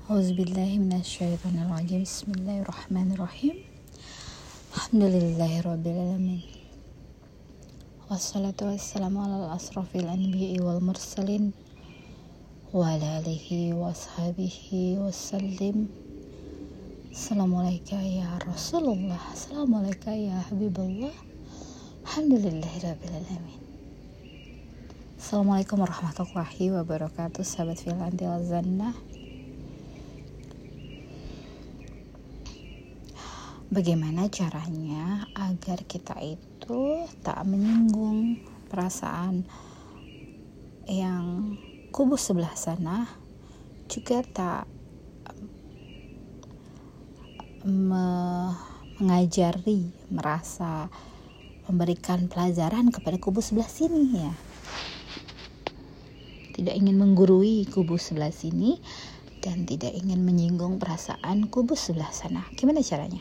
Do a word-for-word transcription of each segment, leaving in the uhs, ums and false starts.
Auzubillahi minasyaitonirrajim. Bismillahirrahmanirrahim. Alhamdulillahirabbil alamin. Wassalatu wassalamu ala asrofil anbiya'i wal mursalin wa ala alihi wa ashabihi wasallim. Assalamualaikum ya Rasulullah, assalamualaikum ya Habibullah. Alhamdulillahirabbil alamin. Assalamualaikum warahmatullahi wabarakatuh, sahabat fil antil zannah. Bagaimana caranya agar kita itu tak menyinggung perasaan yang kubu sebelah sana, juga tak me- mengajari, merasa memberikan pelajaran kepada kubu sebelah sini ya. Tidak ingin menggurui kubu sebelah sini dan tidak ingin menyinggung perasaan kubu sebelah sana. Gimana caranya?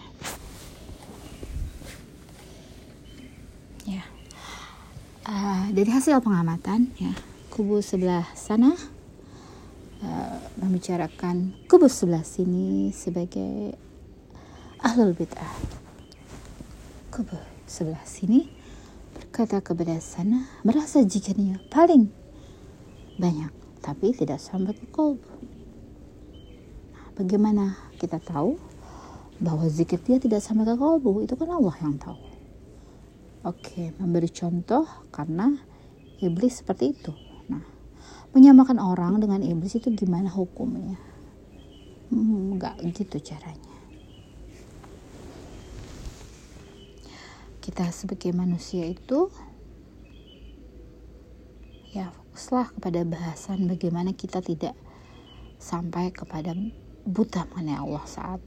Ya, uh, dari hasil pengamatan ya, kubu sebelah sana uh, membicarakan kubu sebelah sini sebagai ahlul bid'ah. Kubu sebelah sini berkata kepada sana, merasa zikirnya paling banyak, tapi tidak sampai ke kolbu. Nah, bagaimana kita tahu bahwa zikir dia tidak sampai ke kolbu? Itu kan Allah yang tahu. Oke, memberi contoh karena iblis seperti itu. Nah, menyamakan orang dengan iblis itu gimana hukumnya? Hmm, enggak gitu caranya. Kita sebagai manusia itu ya fokuslah kepada bahasan bagaimana kita tidak sampai kepada buta mengenai Allah saat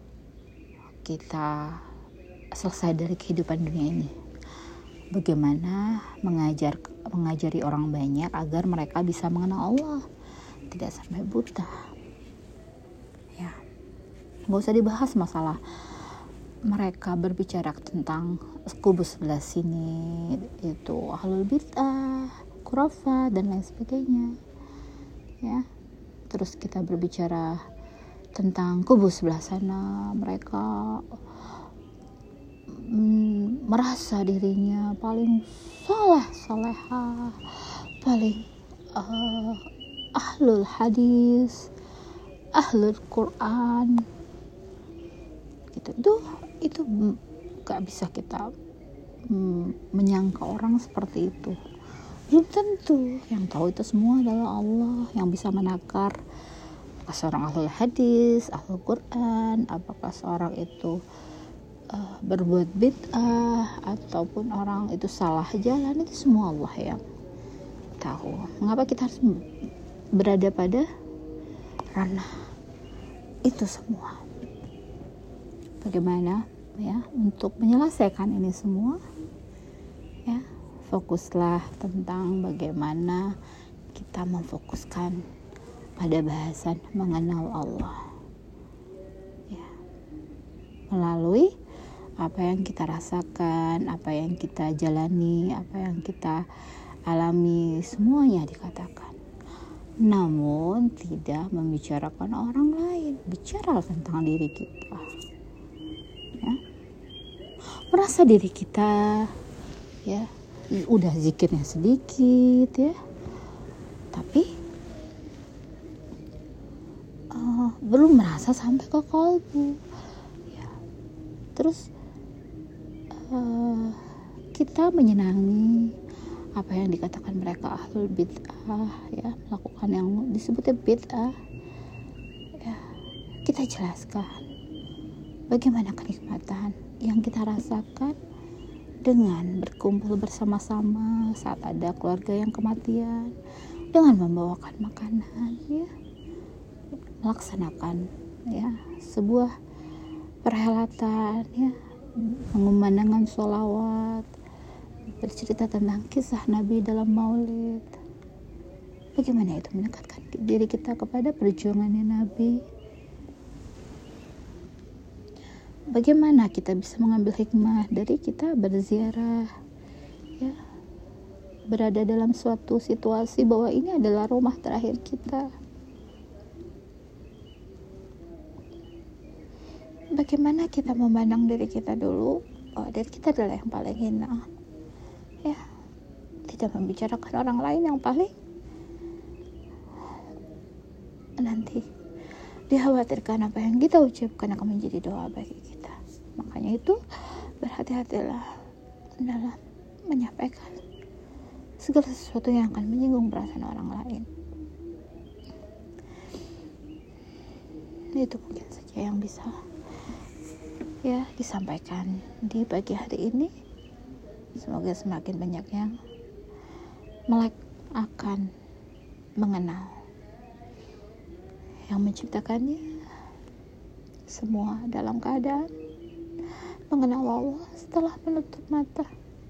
kita selesai dari kehidupan dunia ini. Bagaimana mengajar mengajari orang banyak agar mereka bisa mengenal Allah, tidak sampai buta. Ya, nggak usah dibahas masalah mereka berbicara tentang kubu sebelah sini itu ahlul bid'ah, khurafat dan lain sebagainya. Ya, terus kita berbicara tentang kubu sebelah sana, mereka Hmm, merasa dirinya paling saleh, salehah, paling uh, ahlul hadis, ahlul Quran, gitu. Itu itu gak bisa kita mm, menyangka orang seperti itu. Belum tentu. Yang tahu itu semua adalah Allah yang bisa menakar apakah seorang ahlul hadis, ahlul Quran, apakah seorang itu Uh, berbuat bid'ah ataupun orang itu salah jalan, itu semua Allah yang tahu. Mengapa kita harus berada pada ranah itu semua? Bagaimana ya untuk menyelesaikan ini semua? Ya, fokuslah tentang bagaimana kita memfokuskan pada bahasan mengenal Allah. Ya, melalui apa yang kita rasakan, apa yang kita jalani, apa yang kita alami, semuanya dikatakan. Namun tidak membicarakan orang lain, bicara tentang diri kita. Ya. Merasa diri kita ya udah zikirnya sedikit ya, tapi uh, belum merasa sampai ke kolbu. Ya. Terus Uh, kita menyenangi apa yang dikatakan mereka ahlul bid'ah ya, melakukan yang disebutnya bid'ah ya, kita jelaskan bagaimana kenikmatan yang kita rasakan dengan berkumpul bersama-sama saat ada keluarga yang kematian, dengan membawakan makanan ya, melaksanakan ya sebuah perhelatan ya, mengumandangkan sholawat, bercerita tentang kisah Nabi dalam maulid. Bagaimana itu mendekatkan diri kita kepada perjuangannya Nabi? Bagaimana kita bisa mengambil hikmah dari kita berziarah ya, berada dalam suatu situasi bahwa ini adalah rumah terakhir kita. bagaimana kita memandang diri kita dulu, oh, diri kita adalah yang paling hina, ya, tidak membicarakan orang lain yang paling nanti dikhawatirkan apa yang kita ucapkan akan menjadi doa bagi kita. Makanya itu berhati-hatilah dalam menyampaikan segala sesuatu yang akan menyinggung perasaan orang lain. Itu mungkin saja yang bisa ya disampaikan di pagi hari ini. Semoga semakin banyak yang melek akan mengenal yang menciptakannya, semua dalam keadaan mengenal Allah setelah menutup mata.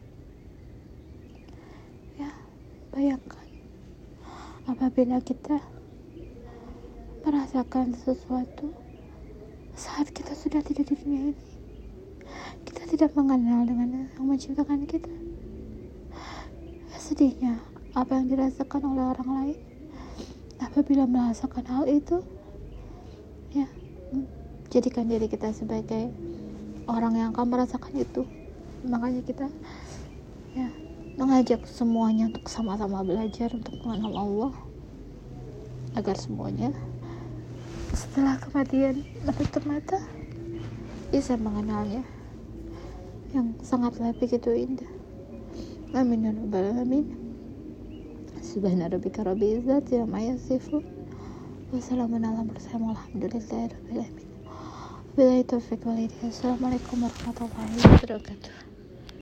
Ya, bayangkan apabila kita merasakan sesuatu saat kita sudah tidak di dunia ini, kita tidak mengenal dengan yang menciptakan kita. Ya, sedihnya apa yang dirasakan oleh orang lain apabila merasakan hal itu, ya, jadikan diri kita sebagai orang yang akan merasakan itu. Makanya kita ya mengajak semuanya untuk sama-sama belajar untuk mengenal Allah, agar semuanya setelah kematian menutup mata bisa mengenalnya yang sangatlah begitu indah. Amin ya rabbal alamin. Subhana rabbika rabbil izzati amma yasifun wa salamun alal mursalin walhamdulillahi rabbil alamin. Wabillahi taufiq wal hidayah. Assalamualaikum warahmatullahi wabarakatuh.